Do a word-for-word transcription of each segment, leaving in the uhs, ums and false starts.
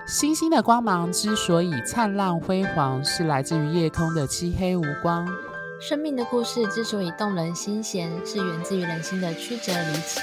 星星的光芒之所以灿烂辉煌，是来自于夜空的漆黑无光。 生命的故事之所以动人心弦，是源自于人心的曲折离奇。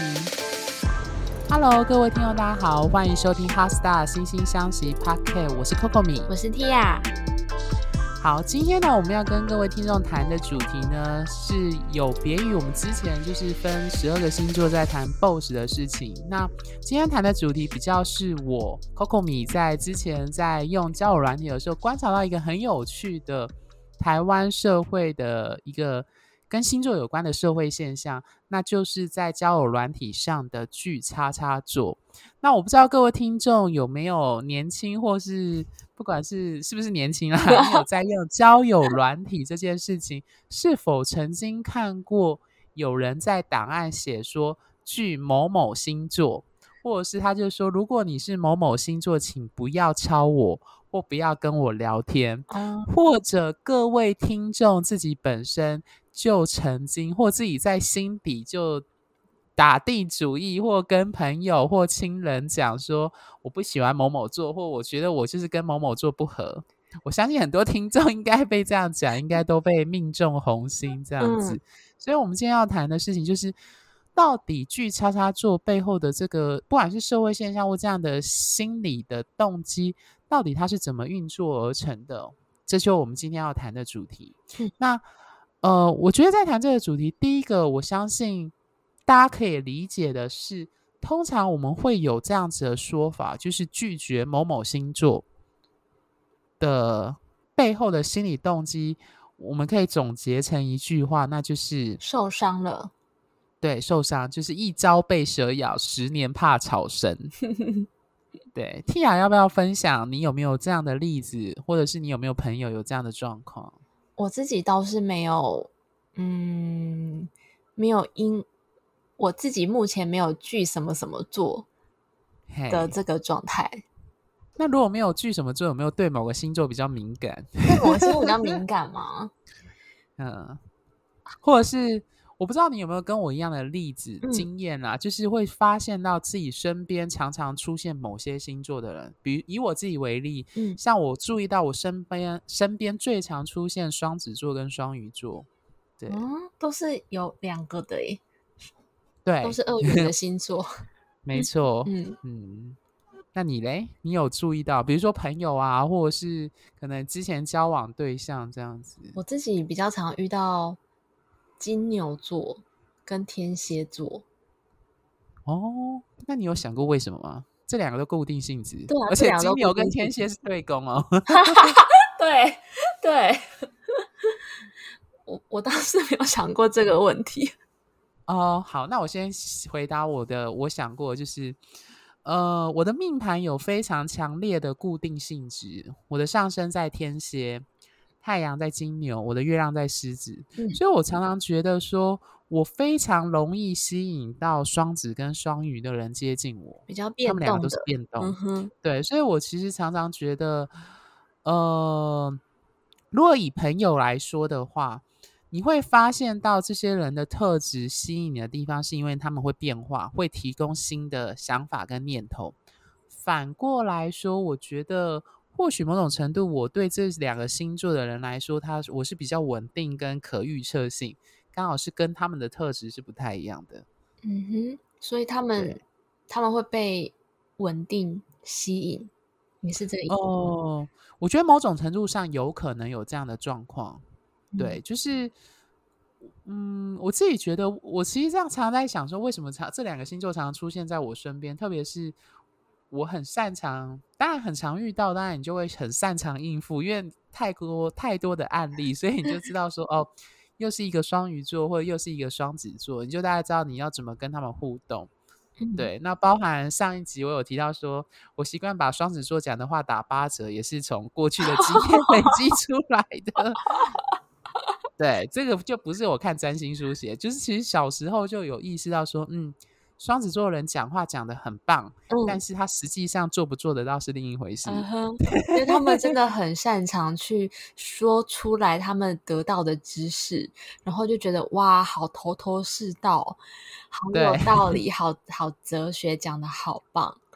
Hello， 各位听众大家好，欢迎收听 Hot Star 惺惺相惜 Podcast， 我是 Coco 米， 我是 Tia。 好，今天呢，我们要跟各位听众谈的主题呢，是有别于我们之前就是分十二个星座在谈 B O S S 的事情。那今天谈的主题比较是我 Coco 米在之前在用交友软体的时候观察到一个很有趣的台湾社会的一个跟星座有关的社会现象，那就是在交友软体上的巨叉叉座。那我不知道各位听众有没有年轻或是不管是是不是年轻啦，你有在用交友软体这件事情，是否曾经看过有人在档案写说据某某星座，或者是他就说如果你是某某星座请不要敲我或不要跟我聊天、嗯、或者各位听众自己本身就曾经或自己在心底就打定主意或跟朋友或亲人讲说我不喜欢某某座，或我觉得我就是跟某某座不合。我相信很多听众应该被这样讲，应该都被命中红心这样子、嗯、所以我们今天要谈的事情就是到底巨叉叉座背后的这个不管是社会现象或这样的心理的动机，到底它是怎么运作而成的，这就是我们今天要谈的主题、嗯、那呃，我觉得在谈这个主题，第一个我相信大家可以理解的是，通常我们会有这样子的说法，就是拒绝某某星座的背后的心理动机，我们可以总结成一句话，那就是受伤了。 对，受伤就是一朝被蛇咬，十年怕草绳。对 Tia 要不要分享你有没有这样的例子，或者是你有没有朋友有这样的状况？ 我自己倒是没有，嗯，没有因我自己目前没有拒什么什么座的这个状态。 那如果没有拒什么座，有没有对某个星座比较敏感？ 对某个星座比较敏感吗？ 嗯，或者是我不知道你有没有跟我一样的例子、嗯、经验啊，就是会发现到自己身边常常出现某些星座的人，比如以我自己为例、嗯、像我注意到我身边身边最常出现双子座跟双鱼座。对、 嗯、都是有两个的耶。 对， 都是鳄鱼的星座。 没错。嗯嗯，那你嘞？你有注意到比如说朋友啊，或者是可能之前交往对象这样子？ 我自己比较常遇到金牛座跟天蝎座。 哦，那你有想过为什么吗？这两个都固定性质。 对啊， 而且金牛跟天蝎是对宫哦。 对对。我我倒是没有想过这个问题。 哦，好，那我先回答我的，我想过就是呃，我的命盘有非常强烈的固定性质，我的上升在天蝎，太阳在金牛，我的月亮在狮子、嗯、所以我常常觉得说我非常容易吸引到双子跟双鱼的人接近我， 比较变动的，他们两个都是变动、嗯、哼对，所以我其实常常觉得呃，如果以朋友来说的话，你会发现到这些人的特质吸引你的地方是因为他们会变化，会提供新的想法跟念头。反过来说，我觉得或许某种程度我对这两个星座的人来说，他我是比较稳定跟可预测性，刚好是跟他们的特质是不太一样的。 嗯哼，所以他们他们会被稳定吸引，你是这个意思？ 哦，我觉得某种程度上有可能有这样的状况。对，就是嗯，我自己觉得我其实这样常常在想说为什么常这两个星座常常出现在我身边，特别是我很擅长，当然很常遇到，当然你就会很擅长应付，因为太多太多的案例，所以你就知道说哦，又是一个双鱼座或者又是一个双子座，你就大概知道你要怎么跟他们互动。对，那包含上一集我有提到说我习惯把双子座讲的话打八折，也是从过去的经验累积出来的。对，这个就不是我看占星书写，就是其实小时候就有意识到说嗯，双子座的人讲话讲得很棒、嗯、但是他实际上做不做得到是另一回事、 嗯、因为他们真的很擅长去说出来他们得到的知识，然后就觉得哇好头头是道，好有道理，好好哲学，讲得好棒。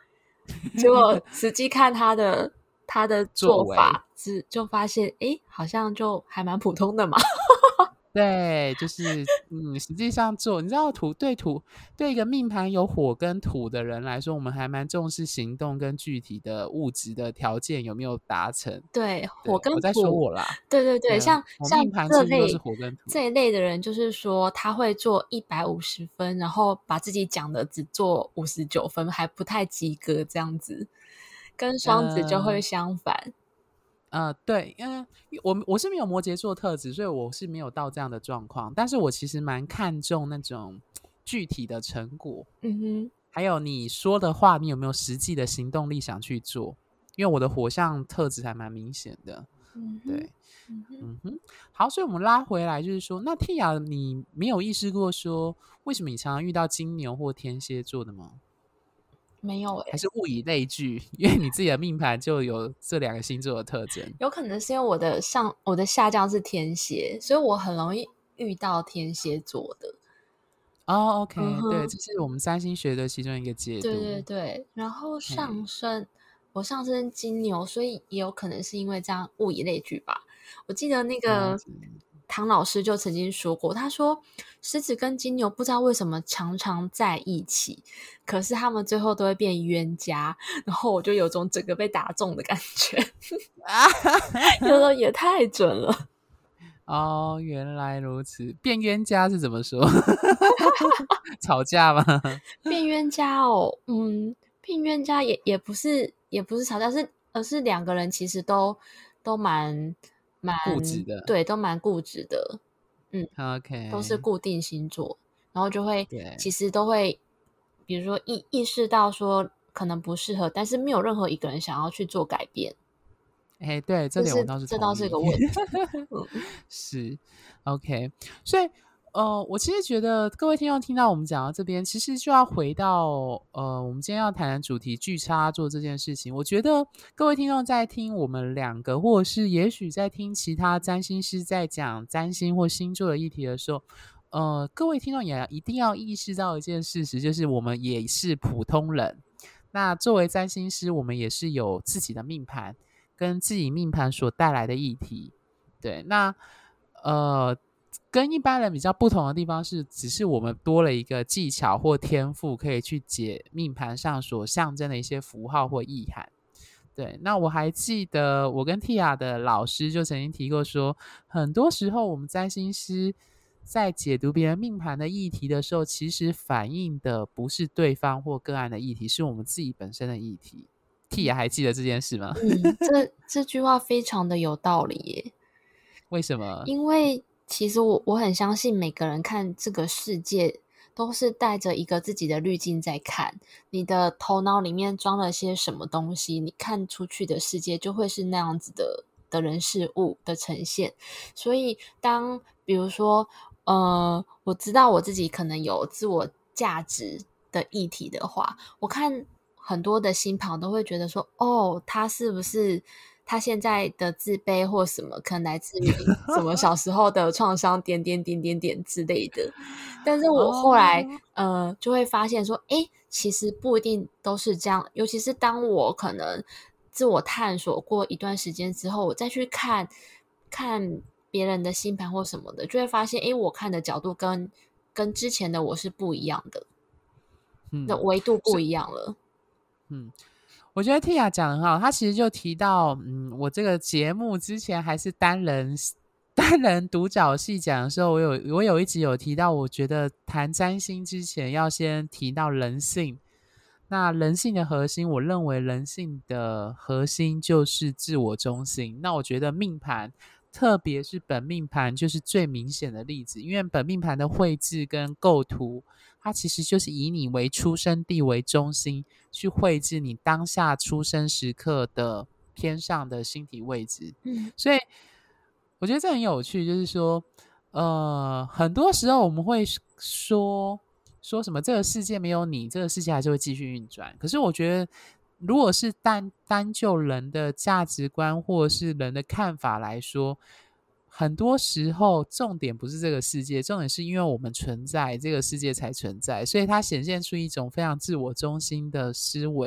结果实际看他的他的做法是就发现诶好像就还蛮普通的嘛。 对，就是嗯，实际上做，你知道土对土对一个命盘有火跟土的人来说，我们还蛮重视行动跟具体的物质的条件有没有达成。 对，火跟土， 我在说我啦。 对对对， 对像像我命盘这类几乎都是火跟土这一类的人，就是说他会做一百五十分，然后把自己讲的只做五十九分，还不太及格这样子，跟双子就会相反。 呃，对，因为我我是没有摩羯座特质，所以我是没有到这样的状况。但是我其实蛮看重那种具体的成果， 嗯哼， 还有你说的话，你有没有实际的行动力想去做？因为我的火象特质还蛮明显的。 嗯哼， 对， 嗯哼， 嗯哼，好，所以我们拉回来就是说，那 Tia， 你没有意识过说，为什么你常常遇到金牛或天蝎座的吗？ 没有诶、 还是物以类聚，因为你自己的命盘就有这两个星座的特征。 有可能是因为我的上我的下降是天蝎，所以我很容易遇到天蝎座的。 哦 ，OK， 嗯哼， 对，这是我们占星学的其中一个解读。 对对对，然后上升我上升金牛，所以也有可能是因为这样物以类聚吧。我记得那个唐老师就曾经说过，他说狮子跟金牛不知道为什么常常在一起，可是他们最后都会变冤家，然后我就有种整个被打中的感觉。有时候也太准了。 哦，原来如此，变冤家是怎么说？吵架吗？ 变冤家哦，嗯，变冤家也也不是也不是吵架，是而是两个人其实都都蛮蛮固执的， 对，都蛮固执的，嗯 ，OK， 都是固定星座，然后就会对， 其实都会，比如说意意识到说可能不适合，但是没有任何一个人想要去做改变。 哎，对，这点我倒是这同意。 倒是个问题。嗯， 是 OK，所以呃，我其实觉得各位听众听到我们讲到这边，其实就要回到呃，我们今天要谈的主题巨差做这件事情。我觉得各位听众在听我们两个，或者是也许在听其他占星师在讲占星或星座的议题的时候，呃，各位听众也一定要意识到一件事实，就是我们也是普通人。那作为占星师，我们也是有自己的命盘。跟自己命盘所带来的议题，对，那呃，跟一般人比较不同的地方是，只是我们多了一个技巧或天赋，可以去解命盘上所象征的一些符号或意涵。对，那我还记得我跟 Tia 的老师就曾经提过说，很多时候我们占星师在解读别人命盘的议题的时候，其实反映的不是对方或个案的议题，是我们自己本身的议题。Tia 还记得这件事吗？ 嗯，这这句话非常的有道理耶。 为什么？ 因为其实我我很相信每个人看这个世界都是带着一个自己的滤镜在看，你的头脑里面装了些什么东西，你看出去的世界就会是那样子的的人事物的呈现。所以当比如说呃，我知道我自己可能有自我价值的议题的话，我看很多的星盘都会觉得说，哦，他是不是他现在的自卑或什么，可能来自于什么小时候的创伤，点点点点点之类的。但是我后来、oh. 呃就会发现说，诶，其实不一定都是这样。尤其是当我可能自我探索过一段时间之后，我再去看看别人的星盘或什么的，就会发现，诶，我看的角度跟跟之前的我是不一样的，那、嗯、维度不一样了。 嗯，我觉得 Tia 讲得很好，他其实就提到，嗯，我这个节目之前还是单人单人独角戏讲的时候，我有我有一集有提到，我觉得谈占星之前要先提到人性。那人性的核心，我认为人性的核心就是自我中心。那我觉得命盘，特别是本命盘，就是最明显的例子，因为本命盘的绘制跟构图，它其实就是以你为出生地为中心，去绘制你当下出生时刻的偏上的星体位置。 嗯， 所以我觉得这很有趣，就是说，呃，很多时候我们会说说什么这个世界没有你，这个世界还是会继续运转。可是我觉得，如果是单单就人的价值观或者是人的看法来说，很多时候重点不是这个世界，重点是因为我们存在，这个世界才存在，所以它显现出一种非常自我中心的思维。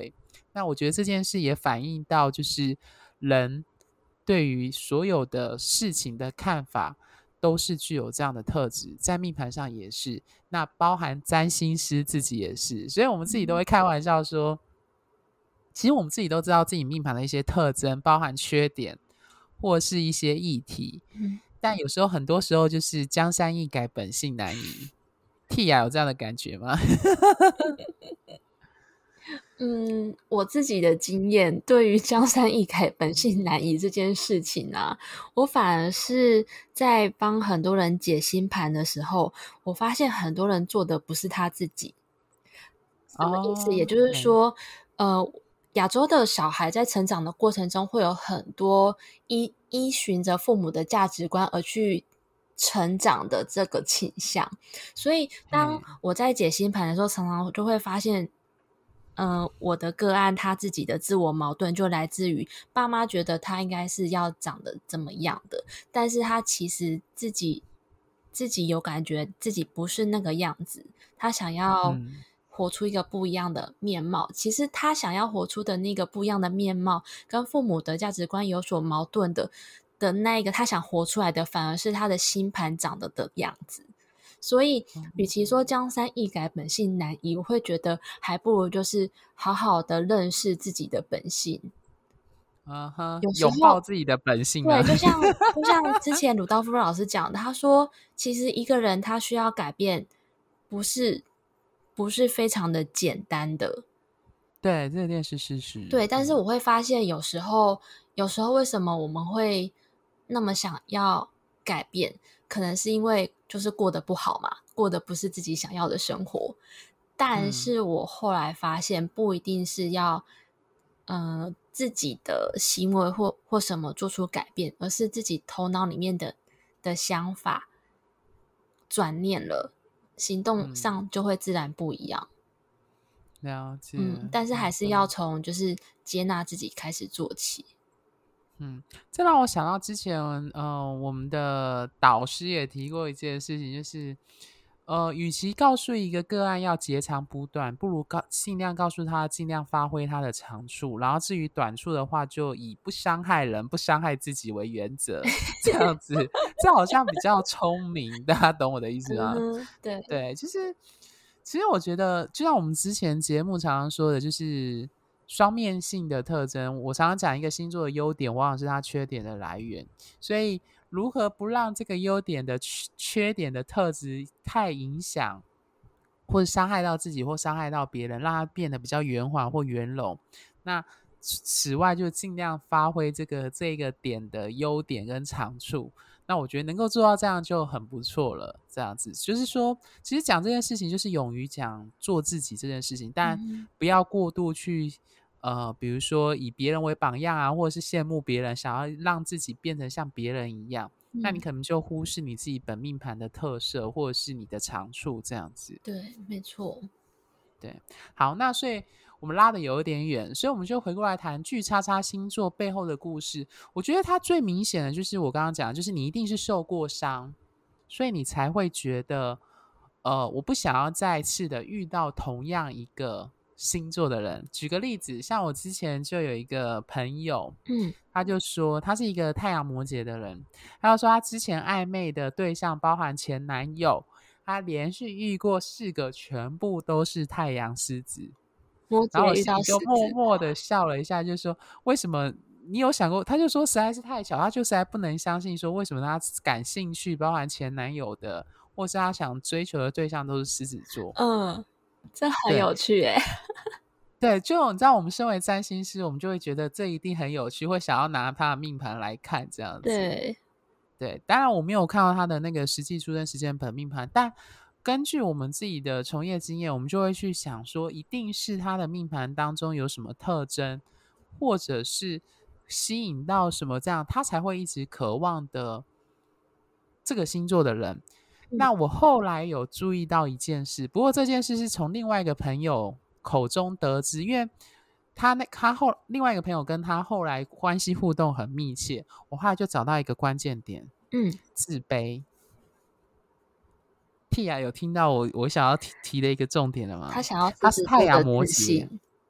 那我觉得这件事也反映到就是人对于所有的事情的看法都是具有这样的特质，在命盘上也是，那包含占星师自己也是，所以我们自己都会开玩笑说，其实我们自己都知道自己命盘的一些特征，包含缺点或是一些议题， 嗯， 但有时候很多时候就是江山易改，本性难移。Tia 有这样的感觉吗？ 嗯，我自己的经验，对于江山易改，本性难移这件事情啊，我反而是在帮很多人解星盘的时候，我发现很多人做的不是他自己。什么意思？也哦， 就是对， 说，呃，亚洲的小孩在成长的过程中，会有很多依依循着父母的价值观而去成长的这个倾向。所以，当嘿， 我在解星盘的时候，常常就会发现，呃，我的个案他自己的自我矛盾就来自于爸妈觉得他应该是要长得怎么样的，但是他其实自己自己有感觉自己不是那个样子，他想要嗯， 活出一个不一样的面貌。其实他想要活出的那个不一样的面貌，跟父母的价值观有所矛盾的的那一个他想活出来的，反而是他的星盘长得的样子。所以与其说江山易改，本性难移，我会觉得还不如就是好好的认识自己的本性。 嗯哼， 有时拥抱候自己的本性吗？ 对，就像就像之前鲁道夫老师讲的，他说其实一个人他需要改变，不是不是非常的简单的。 对，这件是事实。 对，但是嗯我会发现有时候有时候为什么我们会那么想要改变，可能是因为就是过得不好嘛，过得不是自己想要的生活。但嗯是我后来发现，不一定是要呃自己的行为或或什么做出改变，而是自己头脑里面的的想法转念了，行动嗯， 上就会自然不一样。 了解。 嗯，但是还是要嗯哼从就是接纳自己开始做起。 嗯，这让我想到之前，呃，我们的导师也提过一件事情，就是，呃，与其告诉一个个案要截长补短，不如告尽量告诉他尽量发挥他的长处，然后至于短处的话，就以不伤害人、不伤害自己为原则，这样子，这好像比较聪明，大家懂我的意思吗？ 嗯哼，对， 对，就是其实我觉得，就像我们之前节目常常说的，就是双面性的特征。我常常讲一个星座的优点，往往是它缺点的来源。所以，如何不让这个优点的缺缺点的特质太影响，或者伤害到自己，或伤害到别人，让它变得比较圆滑或圆融？那此此外，就尽量发挥这个这个点的优点跟长处。那我觉得能够做到这样就很不错了。这样子就是说，其实讲这件事情就是勇于讲做自己这件事情，但嗯不要过度去呃，比如说以别人为榜样啊，或者是羡慕别人，想要让自己变成像别人一样，那你嗯， 可能就忽视你自己本命盘的特色，或者是你的长处这样子。 对，没错。 对，好，那所以我们拉的有一点远，所以我们就回过来谈巨叉叉星座背后的故事。我觉得它最明显的就是我刚刚讲的，就是你一定是受过伤，所以你才会觉得，呃，我不想要再次的遇到同样一个星座的人。举个例子，像我之前就有一个朋友， 嗯， 他就说他是一个太阳摩羯的人，他就说他之前暧昧的对象包含前男友。他连续遇过四个，全部都是太阳狮子， 摩然后羯遇到我心里就狮子， 默默的笑了一下，就说为什么你有想过？他就说实在是太巧，他就实在不能相信，说为什么他感兴趣，包含前男友的，或是他想追求的对象都是狮子座。 嗯，这很对有趣诶。 对，就你知道，我们身为占星师，我们就会觉得这一定很有趣，会想要拿他的命盘来看这样子。 对， 对，当然我没有看到他的那个实际出生时间本命盘，但根据我们自己的从业经验，我们就会去想说，一定是他的命盘当中有什么特征，或者是吸引到什么这样，他才会一直渴望的这个星座的人。 嗯那我后来有注意到一件事，不过这件事是从另外一个朋友口中得知，因为他那他后另外一个朋友跟他后来关系互动很密切，我后来就找到一个关键点， 嗯， 自卑。Tia 有听到我我想要提提的一个重点了吗？ 他想要狮他是子座的太阳摩羯， 自信。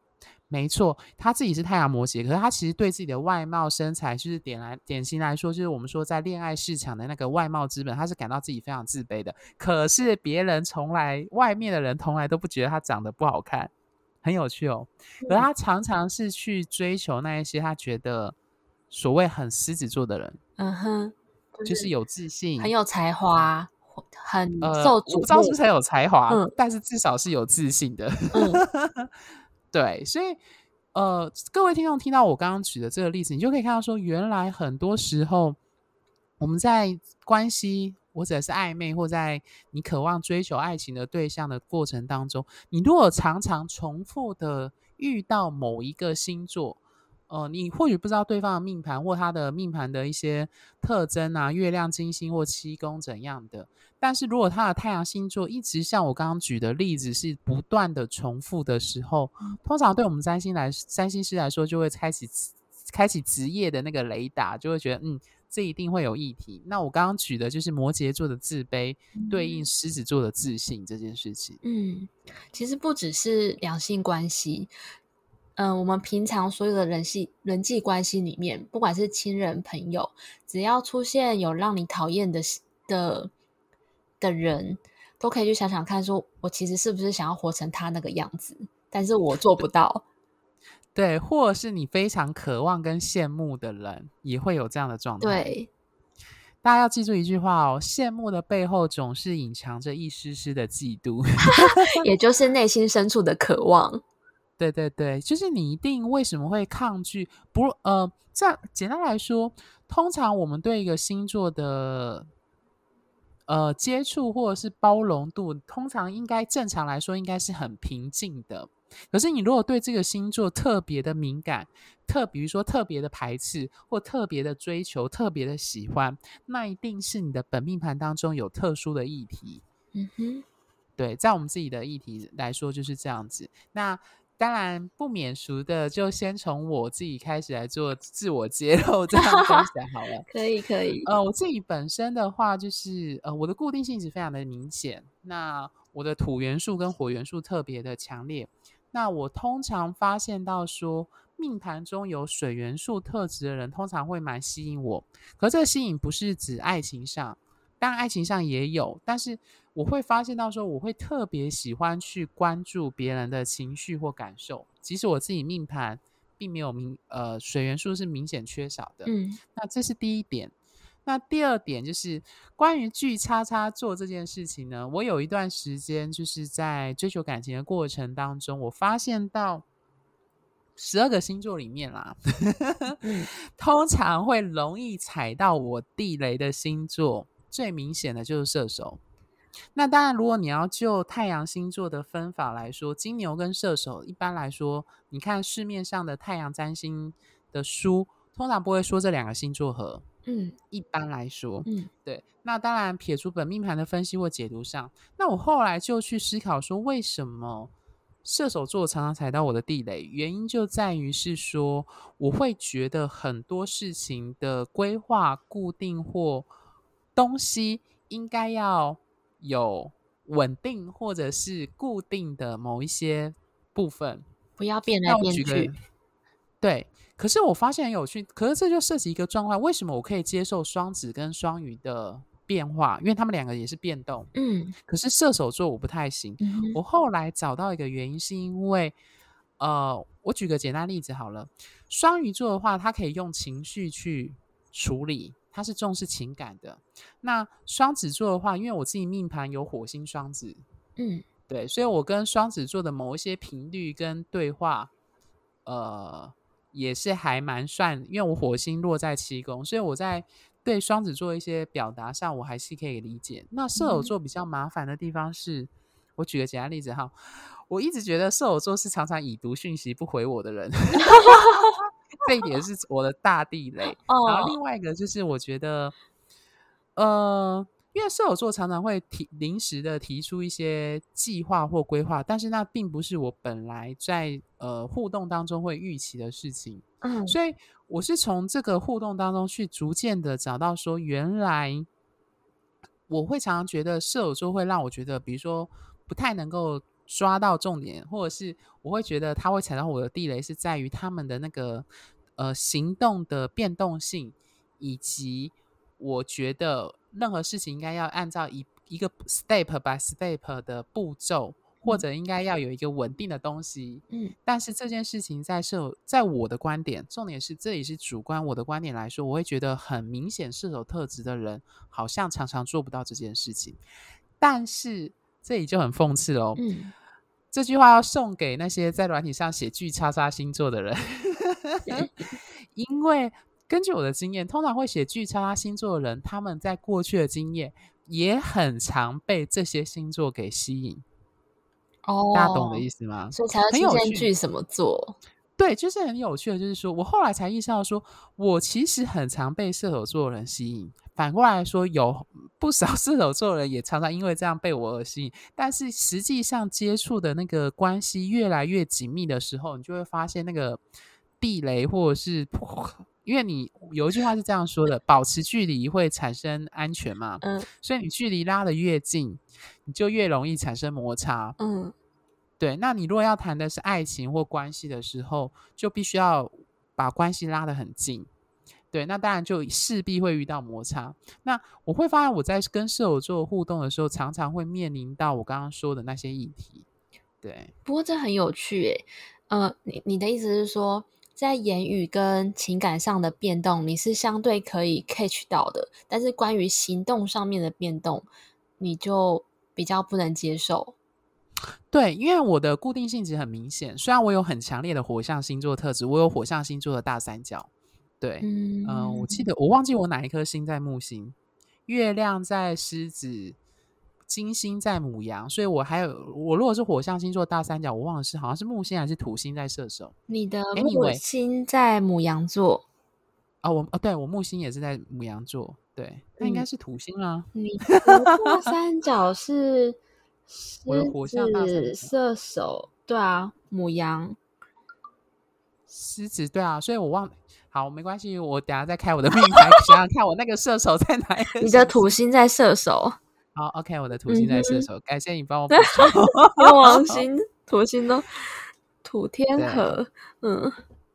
没错，他自己是太阳摩羯，可是他其实对自己的外貌身材，就是点来典型来说，就是我们说在恋爱市场的那个外貌资本，他是感到自己非常自卑的。可是别人从来，外面的人从来都不觉得他长得不好看，很有趣哦。可是他常常是去追求那一些他觉得所谓很狮子座的人， 嗯哼， 就是有自信， 很有才华，很呃， 受瞩目， 我不知道是不是很有才华， 嗯但是至少是有自信的。 嗯对，所以呃，各位听众听到我刚刚举的这个例子，你就可以看到说，原来很多时候我们在关系或者是暧昧，或在你渴望追求爱情的对象的过程当中，你如果常常重复的遇到某一个星座，呃，你或许不知道对方的命盘或他的命盘的一些特征啊，月亮、金星或七宫怎样的，但是如果他的太阳星座一直像我刚刚举的例子是不断的重复的时候，通常对我们占星来占星师来说，就会开启开启职业的那个雷达，就会觉得嗯，这一定会有议题。那我刚刚举的就是摩羯座的自卑对应狮子座的自信这件事情。 嗯，其实不只是两性关系。嗯、呃，我们平常所有的人系人际关系里面，不管是亲人朋友，只要出现有让你讨厌的的的人，都可以去想想看说，我其实是不是想要活成他那个样子，但是我做不到。 对，或者是你非常渴望跟羡慕的人，也会有这样的状态。 对， 大家要记住一句话哦，羡慕的背后总是隐藏着一丝丝的嫉妒， 也就是内心深处的渴望。 对对对，就是你一定为什么会抗拒？不，呃，这样简单来说，通常我们对一个星座的呃接触或者是包容度，通常应该正常来说应该是很平静的。可是你如果对这个星座特别的敏感，特比如说特别的排斥，或特别的追求，特别的喜欢，那一定是你的本命盘当中有特殊的议题。 嗯哼， 对，在我们自己的议题来说就是这样子。那当然不免俗的，就先从我自己开始来做自我揭露，这样分享好了。 可以可以。 呃，我自己本身的话，就是呃，我的固定性质非常的明显。那我的土元素跟火元素特别的强烈。那我通常发现到说，命盘中有水元素特质的人，通常会蛮吸引我。可这个吸引不是指爱情上，当然爱情上也有，但是我会发现到说，我会特别喜欢去关注别人的情绪或感受，即使我自己命盘并没有明呃水元素是明显缺少的。 嗯， 那这是第一点。那第二点就是关于巨叉叉座这件事情呢，我有一段时间就是在追求感情的过程当中，我发现到十二个星座里面啦， 嗯通常会容易踩到我地雷的星座，最明显的就是射手。那当然，如果你要就太阳星座的分法来说，金牛跟射手一般来说，你看市面上的太阳占星的书，通常不会说这两个星座合。 嗯一般来说， 嗯对。那当然，撇除本命盘的分析或解读上，那我后来就去思考说，为什么射手座常常踩到我的地雷？原因就在于是说，我会觉得很多事情的规划、固定或东西应该要有稳定或者是固定的某一些部分。 不要变来那我举变去。 个对，可是我发现很有趣，可是这就涉及一个状况，为什么我可以接受双子跟双鱼的变化？因为他们两个也是变动， 嗯可是射手座我不太行。 嗯哼我后来找到一个原因，是因为呃，我举个简单例子好了，双鱼座的话，它可以用情绪去处理，它是重视情感的。那双子座的话，因为我自己命盘有火星双子， 嗯对，所以我跟双子座的某一些频率跟对话，呃，也是还蛮算，因为我火星落在七宫，所以我在对双子座一些表达上，我还是可以理解。那射手座比较麻烦的地方是，我举个简单例子哈，我一直觉得射手座是常常已读讯息不回我的人，这一点是我的大地雷。然后哦另外一个就是我觉得，呃，因为射手座常常会提临时的提出一些计划或规划，但是那并不是我本来在呃互动当中会预期的事情， 嗯所以我是从这个互动当中去逐渐的找到说，原来我会常常觉得射手座会让我觉得，比如说不太能够抓到重点，或者是我会觉得它会踩到我的地雷，是在于他们的那个呃行动的变动性，以及我觉得任何事情应该要按照一一个 step by step 的步骤，或者应该要有一个稳定的东西。 嗯， 但是这件事情在射在我的观点，重点是这里是主观，我的观点来说，我会觉得很明显射手特质的人好像常常做不到这件事情。但是这里就很讽刺咯， 嗯， 这句话要送给那些在软体上写巨叉叉星座的人因为根据我的经验，通常会写巨叉叉星座的人，他们在过去的经验也很常被这些星座给吸引。 哦， 大家懂我的意思吗？ 所以才会出现巨什么座。 对，就是很有趣的，就是说我后来才意识到说，我其实很常被射手座的人吸引。反过来说，有不少射手座的人也常常因为这样被我而吸引。但是实际上接触的那个关系越来越紧密的时候，你就会发现那个地雷，或者是因为你有一句话是这样说的，保持距离会产生安全嘛， 嗯， 所以你距离拉得越近，你就越容易产生摩擦。 嗯， 对，那你如果要谈的是爱情或关系的时候，就必须要把关系拉得很近。对，那当然就势必会遇到摩擦。那我会发现我在跟射手座互动的时候，常常会面临到我刚刚说的那些议题。对， 不过这很有趣耶。呃，你你的意思是说，在言语跟情感上的变动，你是相对可以 catch 到的，但是关于行动上面的变动，你就比较不能接受。 对，因为我的固定性质很明显，虽然我有很强烈的火象星座特质，我有火象星座的大三角。对，嗯、呃，我记得我忘记我哪一颗星在木星，月亮在狮子，金星在牡羊，所以我还有我如果是火象星座大三角，我忘了是好像是木星还是土星在射手。 你的木 Anyway 星在牡羊座， 哦，我哦，对我木星也是在牡羊座，对，那应该是土星啊。 你的大三角是我的狮火象大三子、 角， 射手，对啊，牡羊。 狮子，对啊，所以我忘好没关系，我等一下再开我的命盘想想看我那个射手在哪一个。 你的土星在射手， 好 OK， 我的土星在射手， 嗯、 感谢你帮我补充天王星、土星都土天河，嗯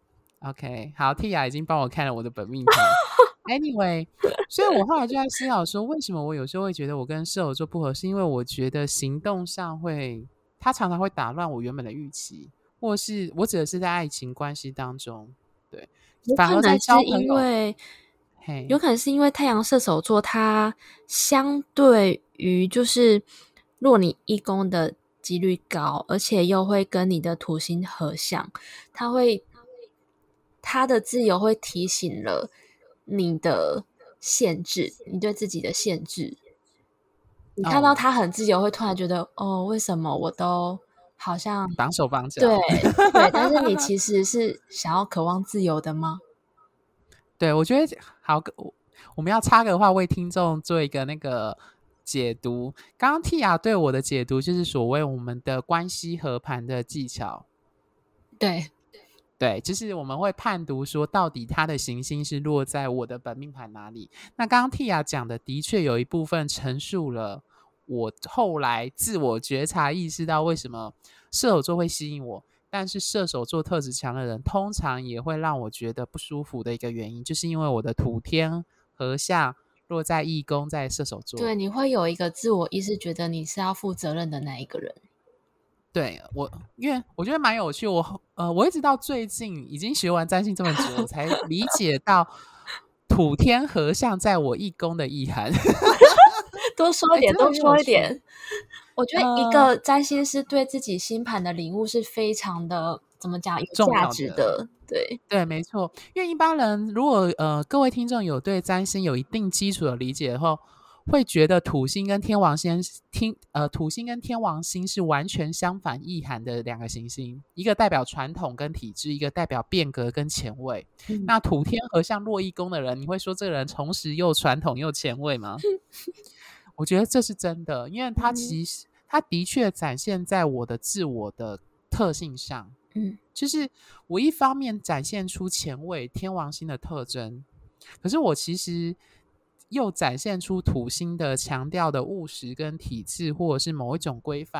OK， 好 Tia 已经帮我看了我的本命盘Anyway， 所以我后来就在思考说，为什么我有时候会觉得我跟射手座不合，是因为我觉得行动上会他常常会打乱我原本的预期，或是我指的是在爱情关系当中，对，反而在交朋友， 因为有可能是因为太阳射手座，它相对于就是如果你一宫的几率高，而且又会跟你的土星合相，它会它的自由会提醒了你的限制，你对自己的限制。你看到他很自由，会突然觉得哦，为什么我都好像绑手绑脚？ 对对，但是你其实是想要渴望自由的吗？ 对，我觉得好，我们要插个话为听众做一个那个解读。刚刚 Tia 对我的解读就是所谓我们的关系合盘的技巧。 对对，就是我们会判读说到底他的行星是落在我的本命盘哪里。那刚刚 Tia 讲的的确有一部分陈述了我后来自我觉察意识到为什么射手座会吸引我，但是射手座特质强的人通常也会让我觉得不舒服的一个原因，就是因为我的土天合相落在一宫在射手座。 对，你会有一个自我意识，觉得你是要负责任的那一个人。 对我，因为我觉得蛮有趣，我呃，我一直到最近已经学完占星这么久，我才理解到土天合相在我一宫的意涵。 多说一点， 欸、 多说一点。我觉得一个占星师对自己星盘的领悟是非常的，怎么讲，有价值的。 的对对，没错。因为一般人如果呃各位听众有对占星有一定基础的理解后，会觉得土星跟天王星听呃土星跟天王星是完全相反意涵的两个行星，一个代表传统跟体制，一个代表变革跟前卫。嗯、那土天合相落一宫的人，你会说这个人同时又传统又前卫吗？我觉得这是真的，因为他其实、嗯、他的确展现在我的自我的特性上，嗯，就是我一方面展现出前卫天王星的特征，可是我其实又展现出土星的强调的务实跟体制或者是某一种规范，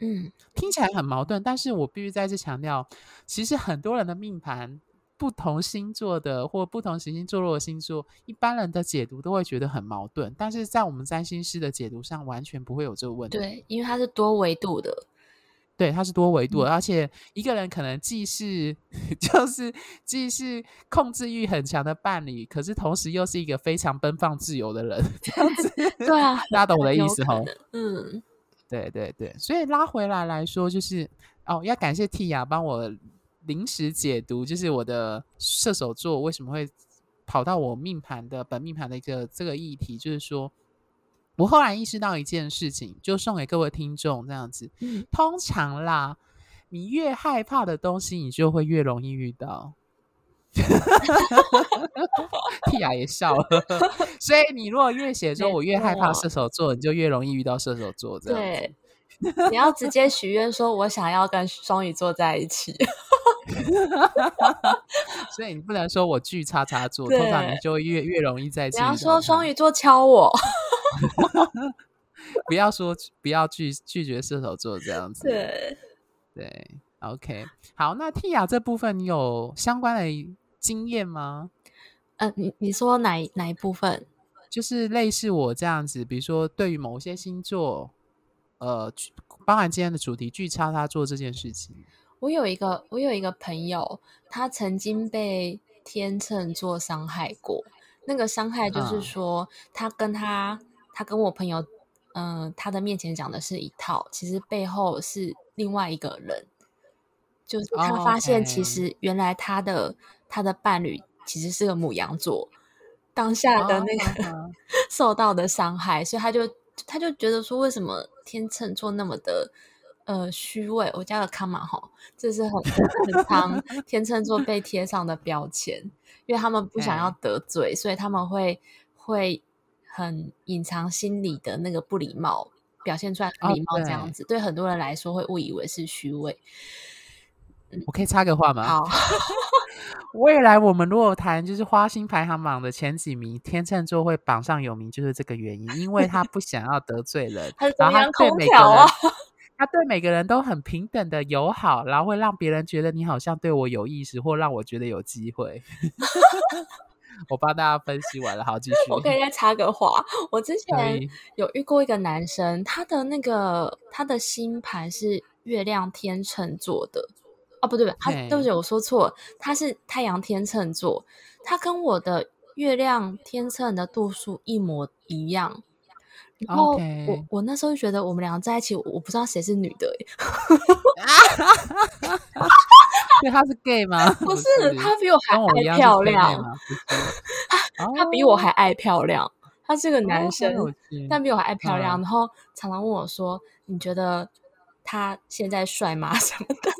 嗯， 听起来很矛盾，但是我必须再次强调，其实很多人的命盘，不同星座的或不同行星坐落的星座，一般人的解读都会觉得很矛盾，但是在我们占星师的解读上完全不会有这个问题。 对，因为它是多维度的。 对，它是多维度的， 嗯、 而且一个人可能既是就是既是控制欲很强的伴侣，可是同时又是一个非常奔放自由的人，这样子对啊， 大家懂我的意思吼？ 嗯， 对对对，所以拉回来来说，就是哦，要感谢 Tia 帮我临时解读，就是我的射手座为什么会跑到我命盘的本命盘的一个这个议题，就是说。我后来意识到一件事情，就送给各位听众这样子、嗯、通常啦，你越害怕的东西你就会越容易遇到。Tia 也笑了。所以你如果越写说我越害怕射手座，你就越容易遇到射手座这样子。 对，你要直接许愿说我想要跟双鱼座在一起。 所以你不能说我巨叉叉座，通常你就会越越容易在一起。 你要说双鱼座敲我。 不要说不要拒拒绝射手座这样子。 对对 OK 好，那 Tia 这部分你有相关的经验吗？ 呃，你你说哪哪一部分？ 就是类似我这样子，比如说对于某些星座呃，包含今天的主题巨叉叉座这件事情。 我有一个我有一个朋友，他曾经被天秤座伤害过。那个伤害就是说、嗯、他跟他他跟我朋友嗯、呃，他的面前讲的是一套，其实背后是另外一个人。就是他发现其实原来他的、oh, okay. 他的伴侣其实是个牡羊座，当下的那个、oh, 受到的伤害，所以他就他就觉得说为什么天秤座那么的呃虚伪，我加个 comma 齁，这是很很常天秤座被贴上的标签，因为他们不想要得罪， okay. 所以他们会会很隐藏心里的那个不礼貌，表现出来很礼貌这样子， oh, 对. 对很多人来说会误以为是虚伪。 我可以插个话吗？ 好。 未来我们如果谈就是花心排行榜的前几名，天秤座会榜上有名，就是这个原因，因为他不想要得罪人，然后他对每个人，他对每个人都很平等的友好，然后会让别人觉得你好像对我有意思，或让我觉得有机会。我帮大家分析完了，好，继续。 我可以再插个话，我之前有遇过一个男生，他的那个他的星盘是月亮天秤座的。哦，不对不对，他对不起，我说错了，他是太阳天秤座，他跟我的月亮天秤的度数一模一样。然后我、okay. 我那时候就觉得我们两个在一起，我不知道谁是女的耶。 对，他是 gay 吗？ 不是，他比我还爱漂亮。他, 他比我还爱漂亮，他是个男生，哦、但比我还爱漂亮。嗯、然后常常问我说：“你觉得他现在帅吗？”什么的。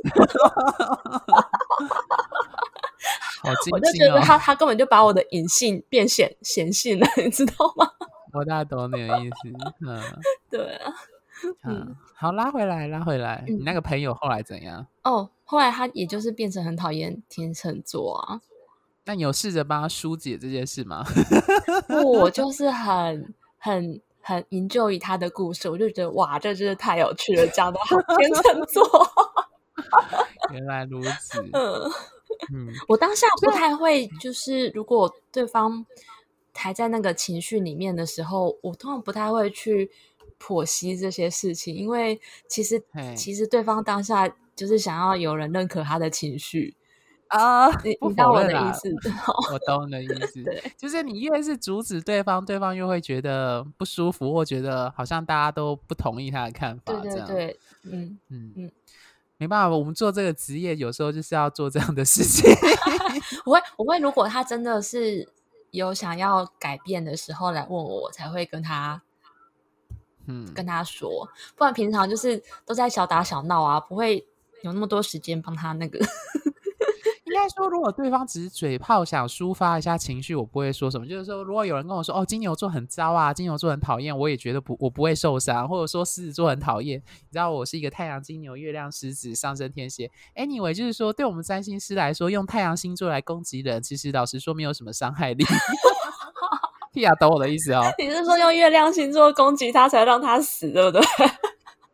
好精进哦！ 我就觉得他他根本就把我的隐性变显显性了，你知道吗？ 我大概懂你的意思。嗯， 对啊。 嗯，好，拉回来，拉回来。嗯、你那个朋友后来怎样？ 哦，后来他也就是变成很讨厌天秤座啊。 那你有试着幫他疏解这件事吗？ 我就是很很很 enjoy 他的故事，我就觉得哇，这真是太有趣了，讲得好天秤座。 原来如此。 嗯嗯，我当下不太会，就是如果对方还在那个情绪里面的时候，我通常不太会去剖析这些事情，因为其实其实对方当下就是想要有人认可他的情绪。 啊、uh, 你你懂我的意思？ 我懂你的意思。对，就是你越是阻止对方，对方又会觉得不舒服，或觉得好像大家都不同意他的看法。 对对对，嗯嗯嗯，没办法，我们做这个职业，有时候就是要做这样的事情。 我会我会，如果他真的是有想要改变的时候来问我，我才会跟他嗯跟他说，不然平常就是都在小打小闹啊，不会有那么多时间帮他那个。 应该说，如果对方只是嘴炮想抒发一下情绪，我不会说什么。就是说，如果有人跟我说哦，金牛座很糟啊，金牛座很讨厌，我也觉得不，我不会受伤。或者说狮子座很讨厌，你知道我是一个太阳金牛、月亮狮子、上升天蝎。Anyway， 就是说，对我们占星师来说，用太阳星座来攻击人，其实老实说没有什么伤害力。Tia 懂我的意思哦。 你是说用月亮星座攻击他，才让他死，对不对？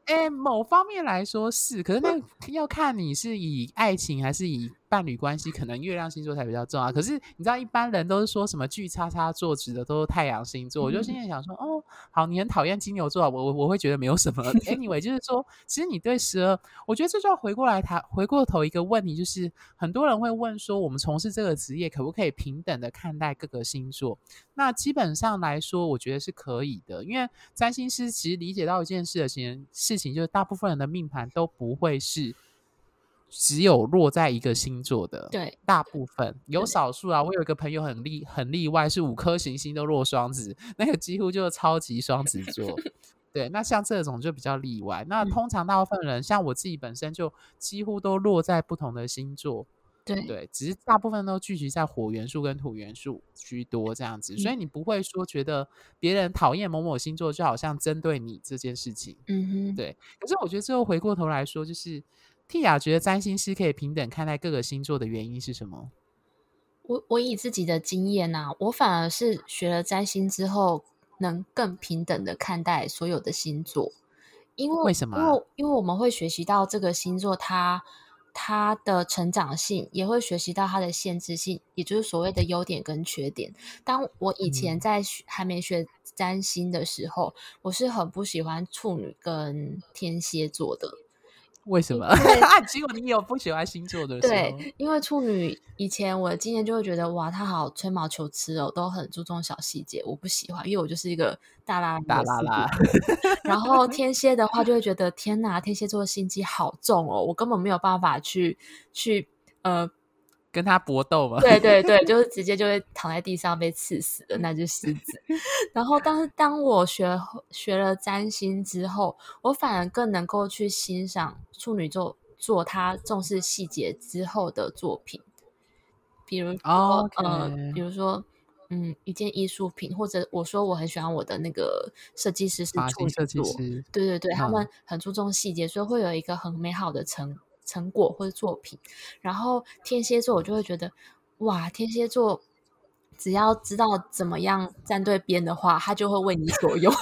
哎，某方面来说是，可是那要看你是以爱情还是以伴侣关系，可能月亮星座才比较重要。可是你知道，一般人都是说什么巨叉叉座指的都是太阳星座，我就心里想说，哦，好，你很讨厌金牛座啊，我我我会觉得没有什么。Anyway，就是说，其实你对十二，我觉得这就要回过来谈，回过头一个问题，就是很多人会问说，我们从事这个职业，可不可以平等的看待各个星座？那基本上来说，我觉得是可以的，因为占星师其实理解到一件事的事情，就是大部分人的命盘都不会是只有落在一个星座的， 对， 大部分有少数啊。我有一个朋友很例很例外，是五颗行星都落双子，那个几乎就是超级双子座。对，那像这种就比较例外。那通常大部分人，嗯、像我自己本身就几乎都落在不同的星座。 对对，只是大部分都聚集在火元素跟土元素居多这样子，嗯、所以你不会说觉得别人讨厌某某星座，就好像针对你这件事情。 嗯哼， 对。可是我觉得最后回过头来说，就是蒂雅觉得占星师可以平等看待各个星座的原因是什么？ 我我以自己的经验啊，我反而是学了占星之后，能更平等的看待所有的星座，因为为什么、啊？ 因为因为我们会学习到这个星座它。它的成长性，也会学习到它的限制性，也就是所谓的优点跟缺点。当我以前在还没学占星的时候，嗯、我是很不喜欢处女跟天蝎座的。 为什么？结果你有不喜欢星座的时候？ 对，因为处女以前我的经验就会觉得，哇，他好吹毛求疵哦，都很注重小细节，我不喜欢，因为我就是一个大拉大拉拉。 然后天蝎的话，就会觉得天哪，天蝎座的心机好重哦，我根本没有办法去去呃。 跟他搏斗嘛。 对对对，就是直接就会躺在地上被刺死的，那就是狮子。然后当时当我学学了占星之后，我反而更能够去欣赏处女座做他重视细节之后的作品，比如说、 okay. 呃，比如说嗯，一件艺术品，或者我说我很喜欢我的那个设计师是处女座，对对对，他们很注重细节，所以会有一个很美好的成成果或者作品。然后天蝎座我就会觉得，哇，天蝎座只要知道怎么样站对边的话，他就会为你所用。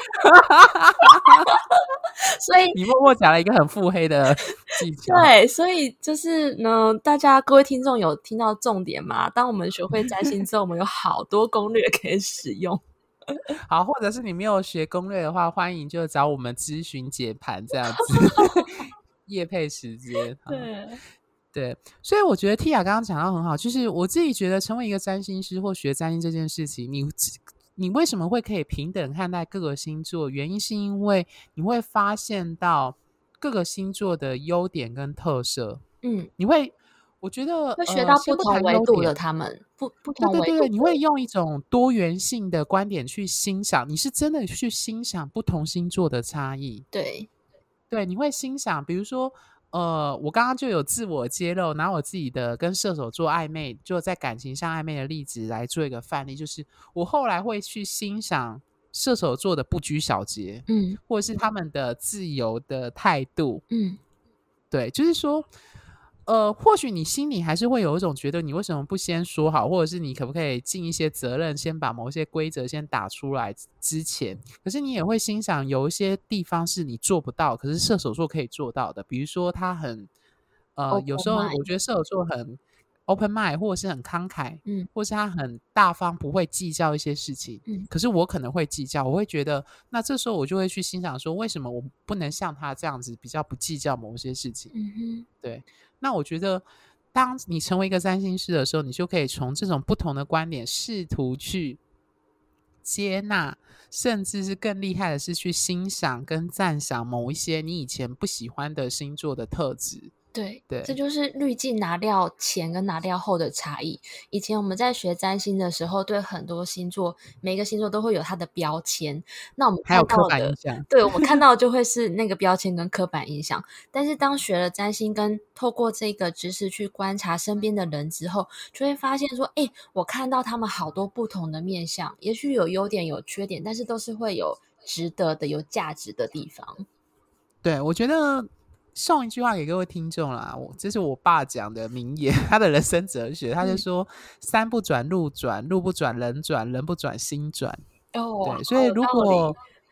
所以你默默讲了一个很腹黑的技巧。 对，所以就是呢，大家各位听众有听到重点吗？当我们学会占星之后，我们有好多攻略可以使用。 好，或者是你没有学攻略的话，欢迎就找我们咨询解盘这样子。业配时间。 对对，所以我觉得 Tia 刚刚讲到很好，就是我自己觉得成为一个占星师或学占星这件事情，你你为什么会可以平等看待各个星座？原因是因为你会发现到各个星座的优点跟特色。 嗯， 你会，我觉得会学到不同维度的他们，呃、不不同维度的。 对对对，你会用一种多元性的观点去欣赏，你是真的去欣赏不同星座的差异。 对对，你会欣赏，比如说。呃，我刚刚就有自我揭露，拿我自己的跟射手座暧昧，就在感情上暧昧的例子来做一个范例，就是我后来会去欣赏射手座的不拘小节， 嗯， 或者是他们的自由的态度， 嗯， 对，就是说，呃，或许你心里还是会有一种觉得，你为什么不先说好，或者是你可不可以尽一些责任，先把某些规则先打出来之前，可是你也会欣赏有一些地方是你做不到，可是射手座可以做到的，比如说他很呃，有时候我觉得射手座很 open mind， 或者是很慷慨， 嗯， 或是他很大方，不会计较一些事情， 嗯， 可是我可能会计较，我会觉得那这时候我就会去欣赏说，为什么我不能像他这样子比较不计较某些事情。 嗯哼， 对，那我觉得当你成为一个占星师的时候，你就可以从这种不同的观点试图去接纳，甚至是更厉害的是去欣赏跟赞赏某一些你以前不喜欢的星座的特质。 对对， 这就是滤镜拿掉前跟拿掉后的差异。以前我们在学占星的时候，对很多星座，每个星座都会有它的标签。那我们看到的， 还有刻板印象， 对，我们看到的就会是那个标签跟刻板印象。但是当学了占星，跟透过这个知识去观察身边的人之后，就会发现说，哎，我看到他们好多不同的面向，也许有优点有缺点，但是都是会有值得的、有价值的地方。 对，我觉得送一句话给各位听众啦，我这是我爸讲的名言，他的人生哲学，他就说、嗯、山不转路转，路不转人转，人不转心转。 哦， 对，所以如果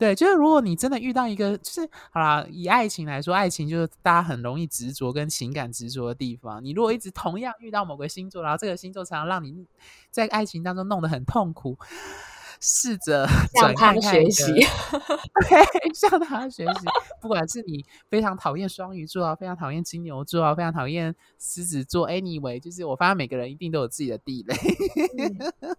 对，就是如果你真的遇到一个，就是好啦，以爱情来说，爱情就是大家很容易执着跟情感执着的地方。你如果一直同样遇到某个星座，然后这个星座常常让你在爱情当中弄得很痛苦，试着转看看一个， 向他学习对，向他学习。不管是你非常讨厌双鱼座啊，非常讨厌金牛座啊，非常讨厌狮子座 ，anyway， 就是我发现每个人一定都有自己的地雷。嗯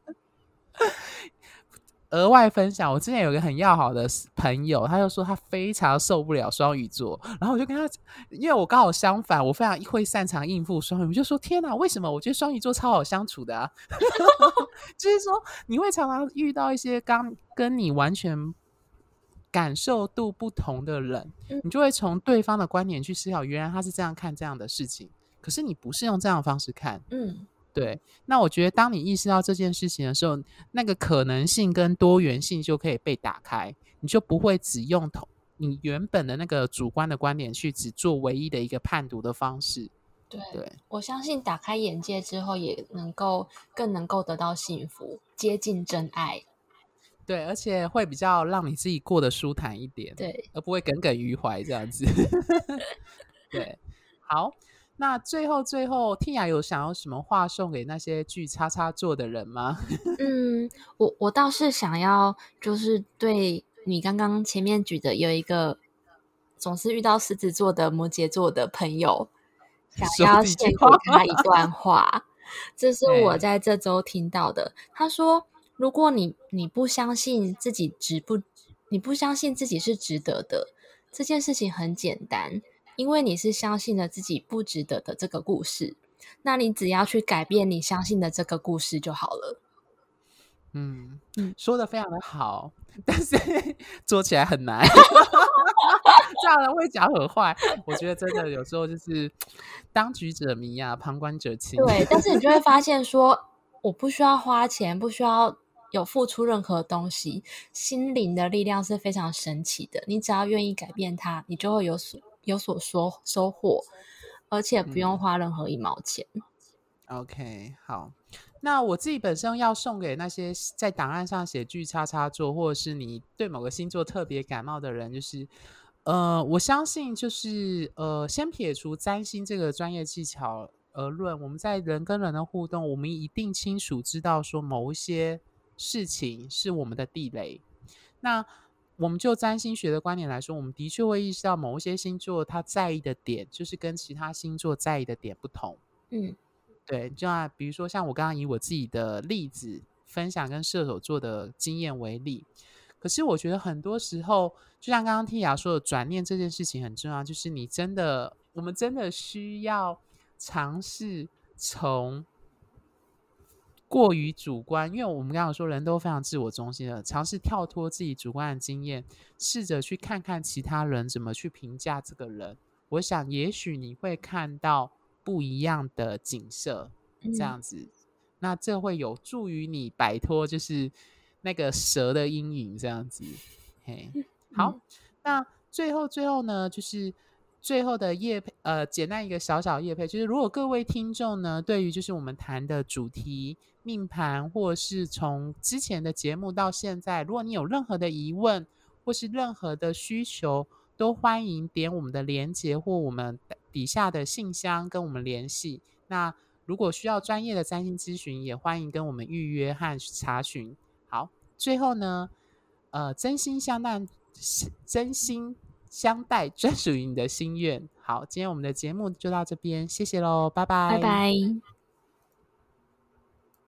额外分享，我之前有一个很要好的朋友，他就说他非常受不了双鱼座，然后我就跟他，因为我刚好相反，我非常会擅长应付双鱼，我就说天哪，为什么我觉得双鱼座超好相处的啊？就是说你会常常遇到一些刚跟你完全感受度不同的人，你就会从对方的观点去思考，原来他是这样看这样的事情，可是你不是用这样的方式看，嗯。对，那我觉得当你意识到这件事情的时候，那个可能性跟多元性就可以被打开，你就不会只用你原本的那个主观的观点去只做唯一的一个判读的方式。 对，对，我相信打开眼界之后，也能够更能够得到幸福，接近真爱。 对，而且会比较让你自己过得舒坦一点， 对， 而不会耿耿于怀这样子。对，好。那最后最后 Tia 有想要什么话送给那些巨叉叉座的人吗？ 嗯，我我倒是想要就是对你刚刚前面举的有一个总是遇到狮子座的摩羯座的朋友，想要献给他一段话。这是我在这周听到的。他说如果你你不相信自己值不你不相信自己是值得的，这件事情很简单，因为你是相信了自己不值得的这个故事，那你只要去改变你相信的这个故事就好了。 嗯嗯，说得非常的好，但是做起来很难。这样人会讲很坏，我觉得真的有时候就是当局者迷啊，旁观者清。 对，但是你就会发现说，我不需要花钱，不需要有付出任何东西，心灵的力量是非常神奇的。你只要愿意改变它，你就会有所有所收收获，而且不用花任何一毛钱。 嗯、OK， 好。那我自己本身要送给那些在档案上写巨叉叉座，或者是你对某个星座特别感冒的人，就是呃，我相信就是呃，先撇除占星这个专业技巧而论，我们在人跟人的互动，我们一定清楚知道说某一些事情是我们的地雷。那我们就占星学的观点来说，我们的确会意识到某一些星座他在意的点，就是跟其他星座在意的点不同。嗯。对，就像比如说像我刚刚以我自己的例子分享跟射手座的经验为例，可是我觉得很多时候就像刚刚 Tia 说的，转念这件事情很重要，就是你真的我们真的需要尝试从过于主观，因为我们刚刚说人都非常自我中心的，尝试跳脱自己主观的经验，试着去看看其他人怎么去评价这个人，我想也许你会看到不一样的景色，这样子、嗯、那这会有助于你摆脱就是那个蛇的阴影这样子。嘿，好、嗯、那最后最后呢就是最后的业配呃简单一个小小业配，就是如果各位听众呢对于就是我们谈的主题命盘，或是从之前的节目到现在，如果你有任何的疑问或是任何的需求，都欢迎点我们的连结或我们底下的信箱跟我们联系。那如果需要专业的占星咨询，也欢迎跟我们预约和查询。好，最后呢，呃，真心相待，真心相待，专属于你的心愿。好，今天我们的节目就到这边，谢谢喽，拜拜， 拜拜。